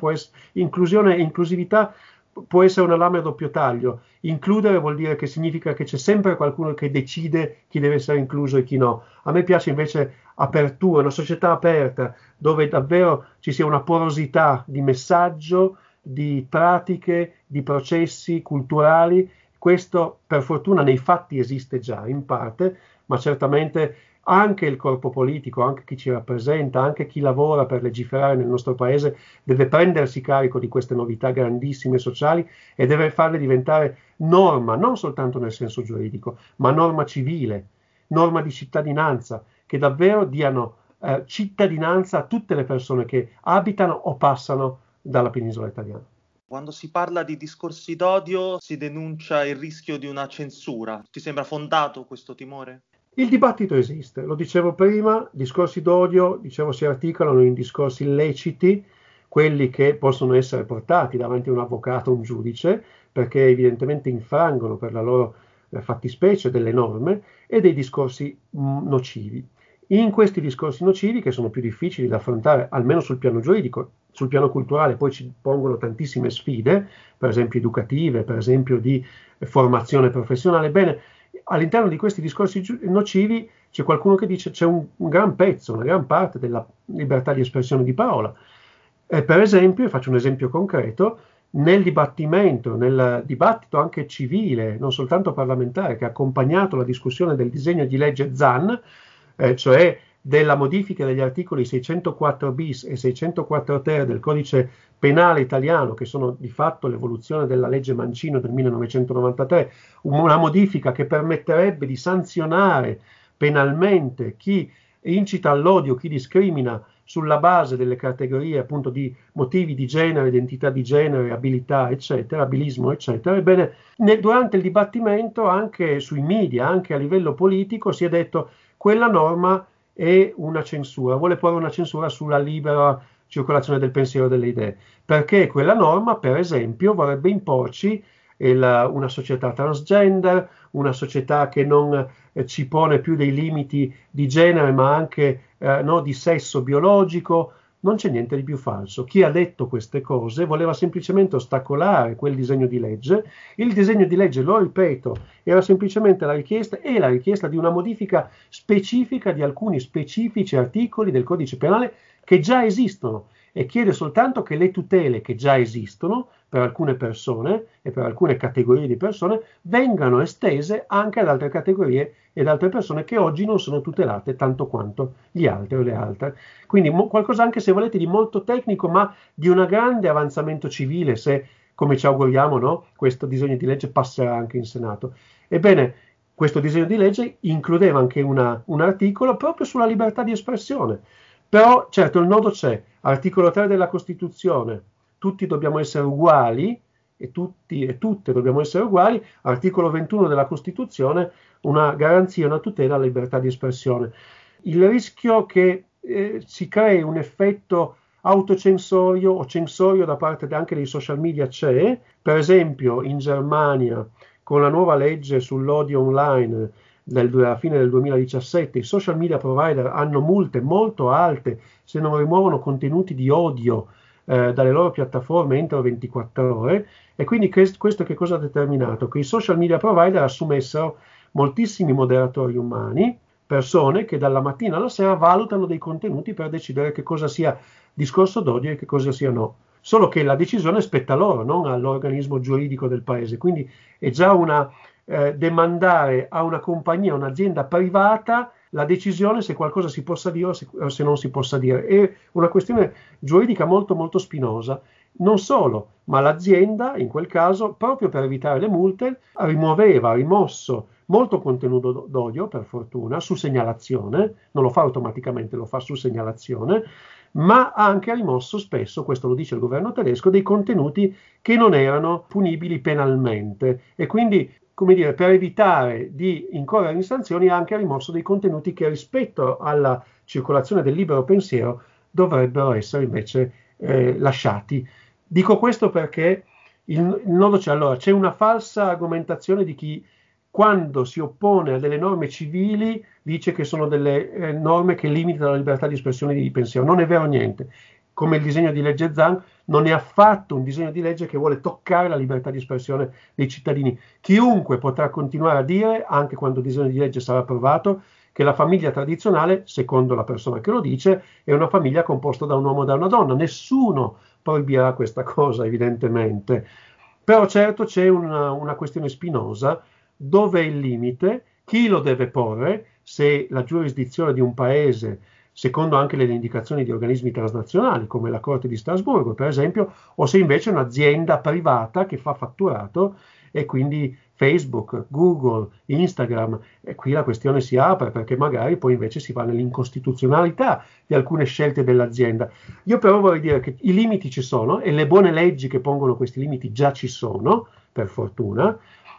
inclusione e inclusività può essere una lama a doppio taglio. Includere vuol dire che significa che c'è sempre qualcuno che decide chi deve essere incluso e chi no. A me piace invece apertura, una società aperta, dove davvero ci sia una porosità di messaggio, di pratiche, di processi culturali. Questo per fortuna nei fatti esiste già in parte, ma certamente anche il corpo politico, anche chi ci rappresenta, anche chi lavora per legiferare nel nostro paese deve prendersi carico di queste novità grandissime sociali e deve farle diventare norma, non soltanto nel senso giuridico, ma norma civile, norma di cittadinanza, che davvero diano cittadinanza a tutte le persone che abitano o passano dalla penisola italiana. Quando si parla di discorsi d'odio si denuncia il rischio di una censura. Ti sembra fondato questo timore? Il dibattito esiste, lo dicevo prima, discorsi d'odio, si articolano in discorsi illeciti, quelli che possono essere portati davanti a un avvocato o un giudice, perché evidentemente infrangono per la loro fattispecie delle norme, e dei discorsi nocivi. In questi discorsi nocivi, che sono più difficili da affrontare, almeno sul piano giuridico, sul piano culturale poi ci pongono tantissime sfide, per esempio educative, per esempio di formazione professionale. Bene, all'interno di questi discorsi nocivi c'è qualcuno che dice c'è un gran pezzo, una gran parte della libertà di espressione di parola. Per esempio, faccio un esempio concreto, nel dibattito anche civile, non soltanto parlamentare, che ha accompagnato la discussione del disegno di legge Zan, cioè della modifica degli articoli 604 bis e 604 ter del codice penale italiano, che sono di fatto l'evoluzione della legge Mancino del 1993, una modifica che permetterebbe di sanzionare penalmente chi incita all'odio, chi discrimina sulla base delle categorie appunto di motivi di genere, identità di genere, abilità, eccetera, abilismo, eccetera. Ebbene, durante il dibattimento, anche sui media, anche a livello politico, si è detto quella norma è una censura, vuole porre una censura sulla libera circolazione del pensiero e delle idee, perché quella norma, per esempio, vorrebbe imporci una società transgender, una società che non ci pone più dei limiti di genere, ma anche di sesso biologico. Non c'è niente di più falso. Chi ha detto queste cose voleva semplicemente ostacolare quel disegno di legge. Il disegno di legge, lo ripeto, era semplicemente la richiesta di una modifica specifica di alcuni specifici articoli del codice penale che già esistono e chiede soltanto che le tutele che già esistono per alcune persone e per alcune categorie di persone vengano estese anche ad altre categorie ed altre persone che oggi non sono tutelate tanto quanto gli altri o le altre. Quindi qualcosa anche, se volete, di molto tecnico, ma di un grande avanzamento civile, se, come ci auguriamo, no, questo disegno di legge passerà anche in Senato. Ebbene, questo disegno di legge includeva anche un articolo proprio sulla libertà di espressione. Però, certo, il nodo c'è. Articolo 3 della Costituzione, tutti dobbiamo essere uguali, e tutti e tutte dobbiamo essere uguali. Articolo 21 della Costituzione, una garanzia, una tutela alla libertà di espressione. Il rischio che si crei un effetto autocensorio o censorio da parte anche dei social media c'è. Per esempio, in Germania, con la nuova legge sull'odio online alla fine del 2017, i social media provider hanno multe molto alte se non rimuovono contenuti di odio dalle loro piattaforme entro 24 ore, e quindi questo che cosa ha determinato? Che i social media provider assumessero moltissimi moderatori umani, persone che dalla mattina alla sera valutano dei contenuti per decidere che cosa sia discorso d'odio e che cosa sia no. Solo che la decisione spetta loro, non all'organismo giuridico del paese. Quindi è già demandare a una compagnia, a un'azienda privata, la decisione se qualcosa si possa dire o se non si possa dire. È una questione giuridica molto molto spinosa. Non solo, ma l'azienda in quel caso, proprio per evitare le multe, ha rimosso molto contenuto d'odio, per fortuna, su segnalazione, non lo fa automaticamente, lo fa su segnalazione, ma ha anche rimosso spesso, questo lo dice il governo tedesco, dei contenuti che non erano punibili penalmente, e quindi, come dire, per evitare di incorrere in sanzioni ha anche rimosso dei contenuti che rispetto alla circolazione del libero pensiero dovrebbero essere invece lasciati. Dico questo perché il nodo c'è. Allora, c'è una falsa argomentazione di chi, quando si oppone a delle norme civili, dice che sono delle norme che limitano la libertà di espressione e di pensiero. Non è vero niente. Come il disegno di legge Zan, non è affatto un disegno di legge che vuole toccare la libertà di espressione dei cittadini. Chiunque potrà continuare a dire, anche quando il disegno di legge sarà approvato, che la famiglia tradizionale, secondo la persona che lo dice, è una famiglia composta da un uomo e da una donna. Nessuno proibirà questa cosa, evidentemente. Però certo c'è una questione spinosa. Dove è il limite? Chi lo deve porre? Se la giurisdizione di un paese, secondo anche le indicazioni di organismi transnazionali come la Corte di Strasburgo, per esempio, o se invece è un'azienda privata che fa fatturato, e quindi Facebook, Google, Instagram, e qui la questione si apre, perché magari poi invece si va nell'incostituzionalità di alcune scelte dell'azienda. Io però vorrei dire che i limiti ci sono, e le buone leggi che pongono questi limiti già ci sono, per fortuna.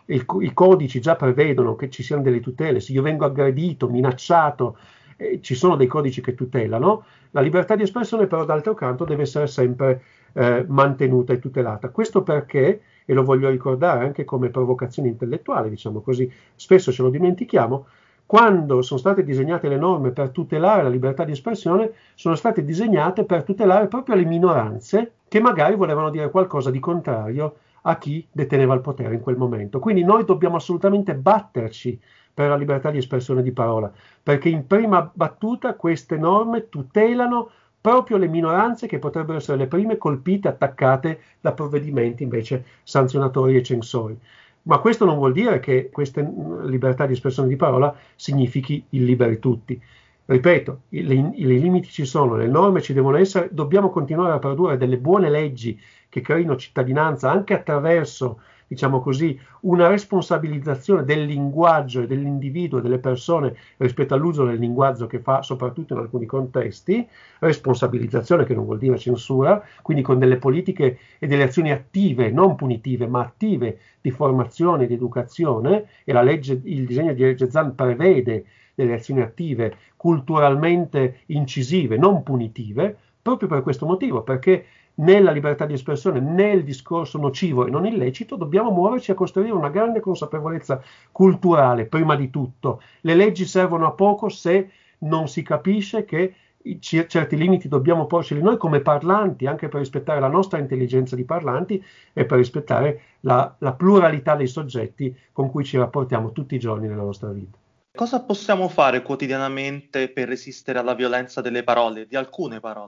I codici già prevedono che ci siano delle tutele. Se io vengo aggredito, minacciato, ci sono dei codici che tutelano. La libertà di espressione però, d'altro canto, deve essere sempre mantenuta e tutelata. Questo perché, e lo voglio ricordare anche come provocazione intellettuale, diciamo così, spesso ce lo dimentichiamo, quando sono state disegnate le norme per tutelare la libertà di espressione, sono state disegnate per tutelare proprio le minoranze che magari volevano dire qualcosa di contrario a chi deteneva il potere in quel momento. Quindi noi dobbiamo assolutamente batterci per la libertà di espressione di parola, perché in prima battuta queste norme tutelano proprio le minoranze che potrebbero essere le prime colpite, attaccate da provvedimenti invece sanzionatori e censori. Ma questo non vuol dire che questa libertà di espressione di parola significhi il liberi tutti. Ripeto, i limiti ci sono, le norme ci devono essere, dobbiamo continuare a produrre delle buone leggi che creino cittadinanza anche attraverso, diciamo così, una responsabilizzazione del linguaggio e dell'individuo e delle persone rispetto all'uso del linguaggio che fa, soprattutto in alcuni contesti, responsabilizzazione che non vuol dire censura, quindi con delle politiche e delle azioni attive, non punitive, ma attive di formazione e di educazione, e il disegno di legge Zan prevede delle azioni attive culturalmente incisive, non punitive, proprio per questo motivo, perché nella libertà di espressione, nel discorso nocivo e non illecito, dobbiamo muoverci a costruire una grande consapevolezza culturale, prima di tutto. Le leggi servono a poco se non si capisce che certi limiti dobbiamo porceli noi come parlanti, anche per rispettare la nostra intelligenza di parlanti e per rispettare la pluralità dei soggetti con cui ci rapportiamo tutti i giorni nella nostra vita. Cosa possiamo fare quotidianamente per resistere alla violenza delle parole, di alcune parole?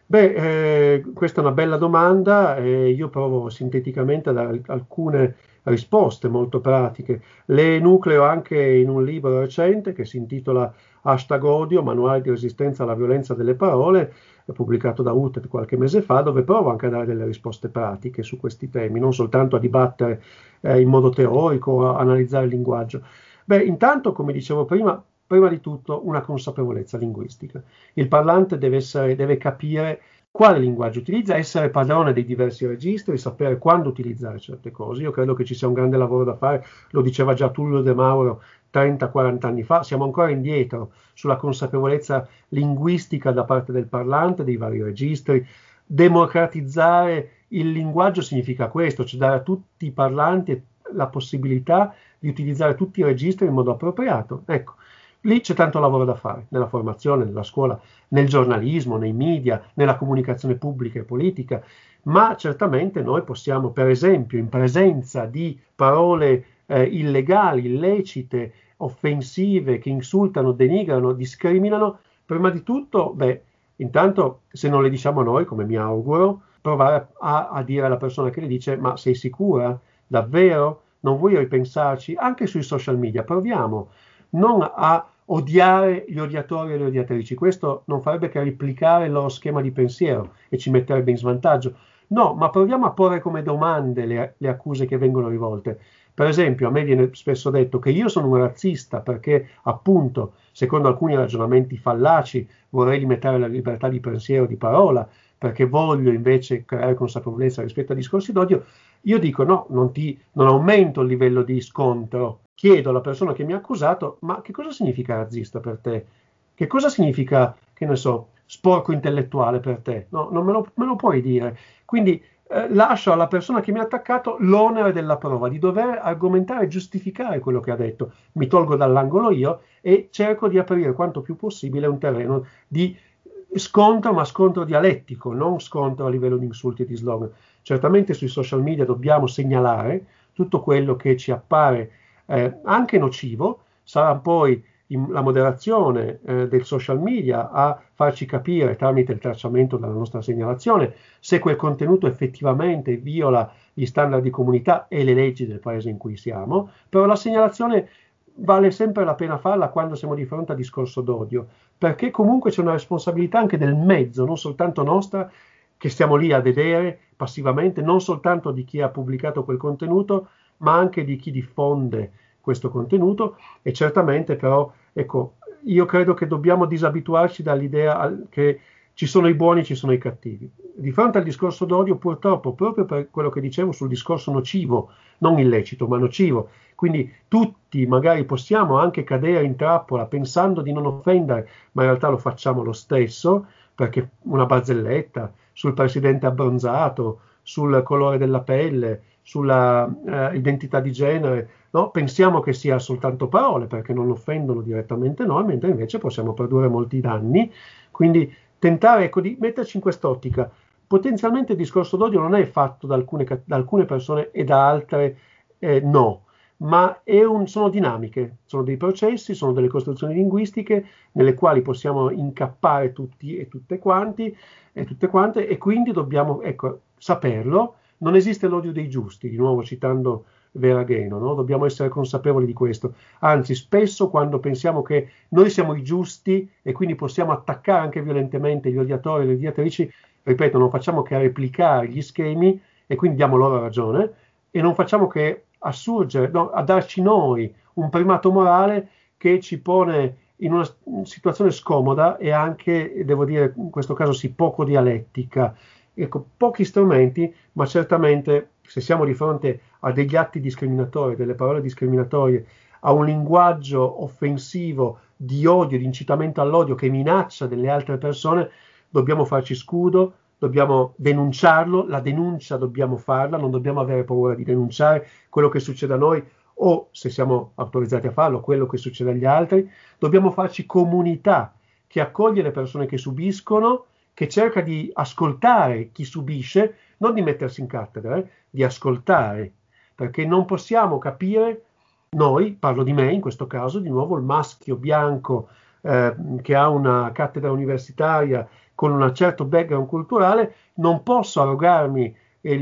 Questa è una bella domanda e io provo sinteticamente a dare alcune risposte molto pratiche. Le enucleo anche in un libro recente che si intitola #Odio, manuale di resistenza alla violenza delle parole, pubblicato da UTED qualche mese fa, dove provo anche a dare delle risposte pratiche su questi temi, non soltanto a dibattere in modo teorico, a analizzare il linguaggio. Intanto, come dicevo prima di tutto una consapevolezza linguistica. Il parlante deve capire quale linguaggio utilizza, essere padrone dei diversi registri, sapere quando utilizzare certe cose. Io credo che ci sia un grande lavoro da fare, lo diceva già Tullio De Mauro 30-40 anni fa, siamo ancora indietro sulla consapevolezza linguistica da parte del parlante, dei vari registri. Democratizzare il linguaggio significa questo, cioè dare a tutti i parlanti la possibilità di utilizzare tutti i registri in modo appropriato. Ecco, lì c'è tanto lavoro da fare, nella formazione, nella scuola, nel giornalismo, nei media, nella comunicazione pubblica e politica, ma certamente noi possiamo, per esempio, in presenza di parole illegali, illecite, offensive, che insultano, denigrano, discriminano, prima di tutto, intanto, se non le diciamo noi, come mi auguro, provare a dire alla persona che le dice: ma sei sicura? Davvero? Non vuoi ripensarci? Anche sui social media, proviamo non a odiare gli odiatori e le odiatrici. Questo non farebbe che replicare il loro schema di pensiero e ci metterebbe in svantaggio. No, ma proviamo a porre come domande le accuse che vengono rivolte. Per esempio, a me viene spesso detto che io sono un razzista perché, appunto, secondo alcuni ragionamenti fallaci, vorrei limitare la libertà di pensiero, di parola, perché voglio invece creare consapevolezza rispetto a discorsi d'odio. Io dico no, non aumento il livello di scontro. Chiedo alla persona che mi ha accusato: ma che cosa significa razzista per te? Che cosa significa, che ne so, sporco intellettuale per te? No, non me lo puoi dire. Quindi lascio alla persona che mi ha attaccato l'onere della prova, di dover argomentare e giustificare quello che ha detto. Mi tolgo dall'angolo io e cerco di aprire quanto più possibile un terreno di scontro, ma scontro dialettico, non scontro a livello di insulti e di slogan. Certamente sui social media dobbiamo segnalare tutto quello che ci appare anche nocivo. Sarà poi la moderazione del social media a farci capire, tramite il tracciamento della nostra segnalazione, se quel contenuto effettivamente viola gli standard di comunità e le leggi del paese in cui siamo. Però la segnalazione vale sempre la pena farla quando siamo di fronte a discorso d'odio, perché comunque c'è una responsabilità anche del mezzo, non soltanto nostra, che stiamo lì a vedere passivamente, non soltanto di chi ha pubblicato quel contenuto, ma anche di chi diffonde questo contenuto. E certamente però, ecco, io credo che dobbiamo disabituarci dall'idea che ci sono i buoni e ci sono i cattivi. Di fronte al discorso d'odio, purtroppo, proprio per quello che dicevo sul discorso nocivo, non illecito, ma nocivo, quindi tutti magari possiamo anche cadere in trappola pensando di non offendere, ma in realtà lo facciamo lo stesso, perché una barzelletta sul presidente abbronzato, sul colore della pelle, sulla identità di genere, no? Pensiamo che sia soltanto parole perché non offendono direttamente noi, mentre invece possiamo produrre molti danni. Quindi tentare, ecco, di metterci in quest'ottica. Potenzialmente il discorso d'odio non è fatto da alcune persone e da altre no, ma sono dinamiche, sono dei processi, sono delle costruzioni linguistiche nelle quali possiamo incappare tutti e tutte quanti e tutte quante, e quindi dobbiamo, ecco, saperlo. Non esiste l'odio dei giusti, di nuovo citando Veragheno, no? Dobbiamo essere consapevoli di questo. Anzi, spesso quando pensiamo che noi siamo i giusti e quindi possiamo attaccare anche violentemente gli odiatori e le odiatrici, ripeto, non facciamo che replicare gli schemi e quindi diamo loro ragione, e non facciamo che assurgere, no, a darci noi un primato morale che ci pone in una situazione scomoda e anche, devo dire, in questo caso sì, poco dialettica. Ecco, pochi strumenti, ma certamente se siamo di fronte a degli atti discriminatori, delle parole discriminatorie, a un linguaggio offensivo di odio, di incitamento all'odio che minaccia delle altre persone, dobbiamo farci scudo, dobbiamo denunciarlo, la denuncia dobbiamo farla, non dobbiamo avere paura di denunciare quello che succede a noi o, se siamo autorizzati a farlo, quello che succede agli altri. Dobbiamo farci comunità che accoglie le persone che subiscono, che cerca di ascoltare chi subisce, non di mettersi in cattedra, di ascoltare, perché non possiamo capire, noi, parlo di me in questo caso, di nuovo il maschio bianco che ha una cattedra universitaria, con un certo background culturale, non posso arrogarmi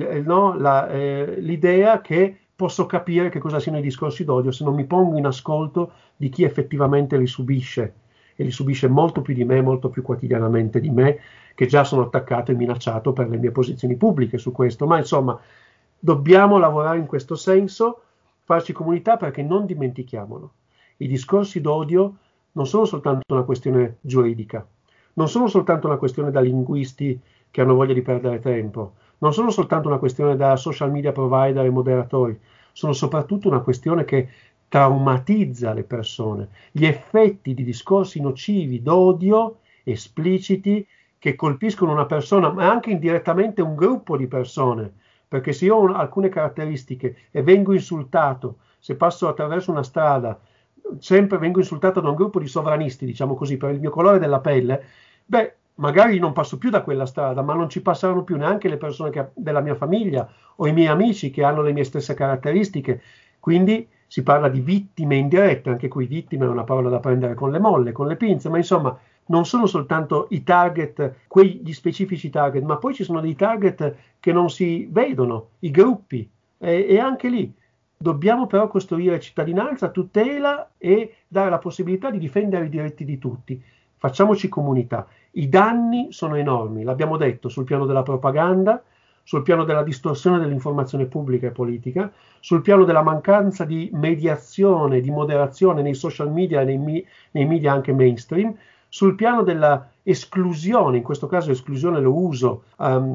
l'idea che posso capire che cosa siano i discorsi d'odio se non mi pongo in ascolto di chi effettivamente li subisce, e li subisce molto più di me, molto più quotidianamente di me, che già sono attaccato e minacciato per le mie posizioni pubbliche su questo. Ma insomma, dobbiamo lavorare in questo senso, farci comunità, perché non dimentichiamolo. I discorsi d'odio non sono soltanto una questione giuridica, non sono soltanto una questione da linguisti che hanno voglia di perdere tempo, non sono soltanto una questione da social media provider e moderatori, sono soprattutto una questione che traumatizza le persone. Gli effetti di discorsi nocivi d'odio espliciti che colpiscono una persona, ma anche indirettamente un gruppo di persone, perché se io ho alcune caratteristiche e vengo insultato, se passo attraverso una strada, sempre vengo insultato da un gruppo di sovranisti, diciamo così, per il mio colore della pelle, magari non passo più da quella strada, ma non ci passeranno più neanche le persone della mia famiglia o i miei amici che hanno le mie stesse caratteristiche. Quindi si parla di vittime indirette, anche qui vittime è una parola da prendere con le molle, con le pinze, ma insomma non sono soltanto i target, quegli specifici target, ma poi ci sono dei target che non si vedono, i gruppi, e anche lì dobbiamo però costruire cittadinanza, tutela e dare la possibilità di difendere i diritti di tutti. Facciamoci comunità. I danni sono enormi, l'abbiamo detto, sul piano della propaganda, sul piano della distorsione dell'informazione pubblica e politica, sul piano della mancanza di mediazione, di moderazione nei social media e nei media anche mainstream, sul piano della esclusione, in questo caso esclusione lo uso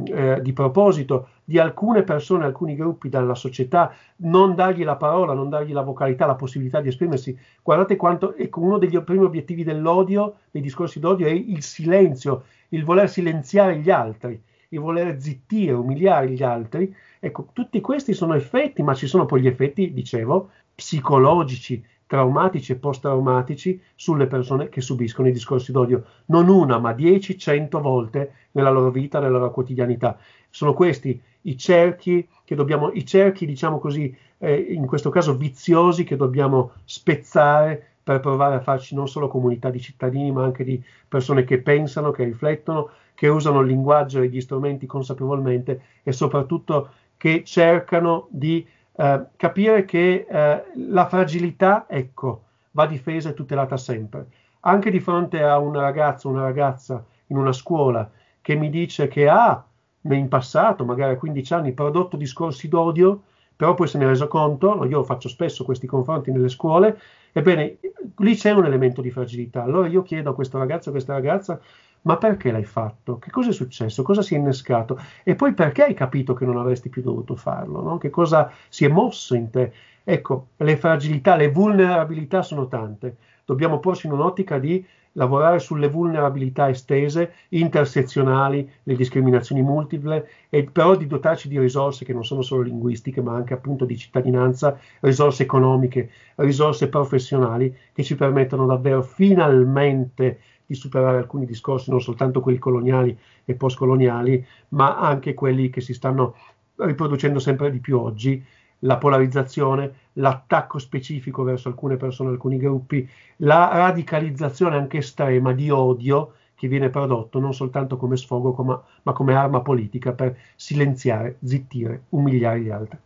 di proposito, di alcune persone, alcuni gruppi dalla società, non dargli la parola, non dargli la vocalità, la possibilità di esprimersi. Guardate quanto, ecco, uno degli primi obiettivi dell'odio, dei discorsi d'odio, è il silenzio, il voler silenziare gli altri, il voler zittire, umiliare gli altri. Ecco, tutti questi sono effetti, ma ci sono poi gli effetti, dicevo, psicologici, traumatici e post-traumatici sulle persone che subiscono i discorsi d'odio, non una, ma 10, 100 volte nella loro vita, nella loro quotidianità. Sono questi i cerchi diciamo così, in questo caso viziosi, che dobbiamo spezzare per provare a farci non solo comunità di cittadini, ma anche di persone che pensano, che riflettono, che usano il linguaggio e gli strumenti consapevolmente, e soprattutto che cercano di capire che la fragilità, ecco, va difesa e tutelata sempre. Anche di fronte a un ragazzo, una ragazza in una scuola che mi dice che ha in passato, magari a 15 anni, prodotto discorsi d'odio, però poi se ne è reso conto, io faccio spesso questi confronti nelle scuole, ebbene, lì c'è un elemento di fragilità. Allora io chiedo a questo ragazzo, a questa ragazza: ma perché l'hai fatto? Che cosa è successo? Cosa si è innescato? E poi perché hai capito che non avresti più dovuto farlo? No? Che cosa si è mosso in te? Ecco, le fragilità, le vulnerabilità sono tante. Dobbiamo porci in un'ottica di lavorare sulle vulnerabilità estese, intersezionali, le discriminazioni multiple, e però di dotarci di risorse che non sono solo linguistiche, ma anche appunto di cittadinanza, risorse economiche, risorse professionali, che ci permettano davvero finalmente di superare alcuni discorsi, non soltanto quelli coloniali e postcoloniali, ma anche quelli che si stanno riproducendo sempre di più oggi: la polarizzazione, l'attacco specifico verso alcune persone, alcuni gruppi, la radicalizzazione anche estrema di odio che viene prodotto non soltanto come sfogo, ma come arma politica per silenziare, zittire, umiliare gli altri.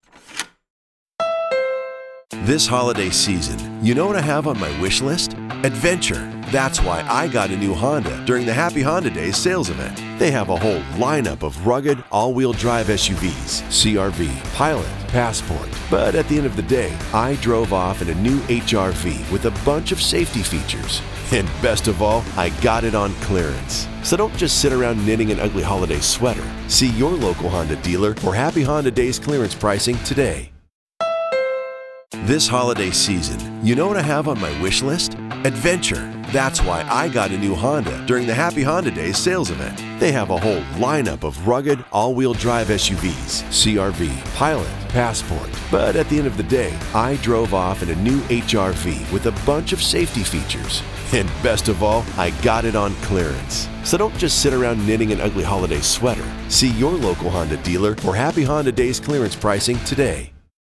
This holiday season, you know what I have on my wish list? Adventure. That's why I got a new Honda during the Happy Honda Days sales event. They have a whole lineup of rugged, all-wheel drive SUVs, CR-V, Pilot, Passport. But at the end of the day, I drove off in a new HR-V with a bunch of safety features. And best of all, I got it on clearance. So don't just sit around knitting an ugly holiday sweater. See your local Honda dealer for Happy Honda Days clearance pricing today. This holiday season, you know what I have on my wish list? Adventure. That's why I got a new Honda during the Happy Honda Days sales event. They have a whole lineup of rugged, all-wheel drive SUVs, CR-V, Pilot, Passport. But at the end of the day, I drove off in a new HR-V with a bunch of safety features. And best of all, I got it on clearance. So don't just sit around knitting an ugly holiday sweater. See your local Honda dealer for Happy Honda Days clearance pricing today.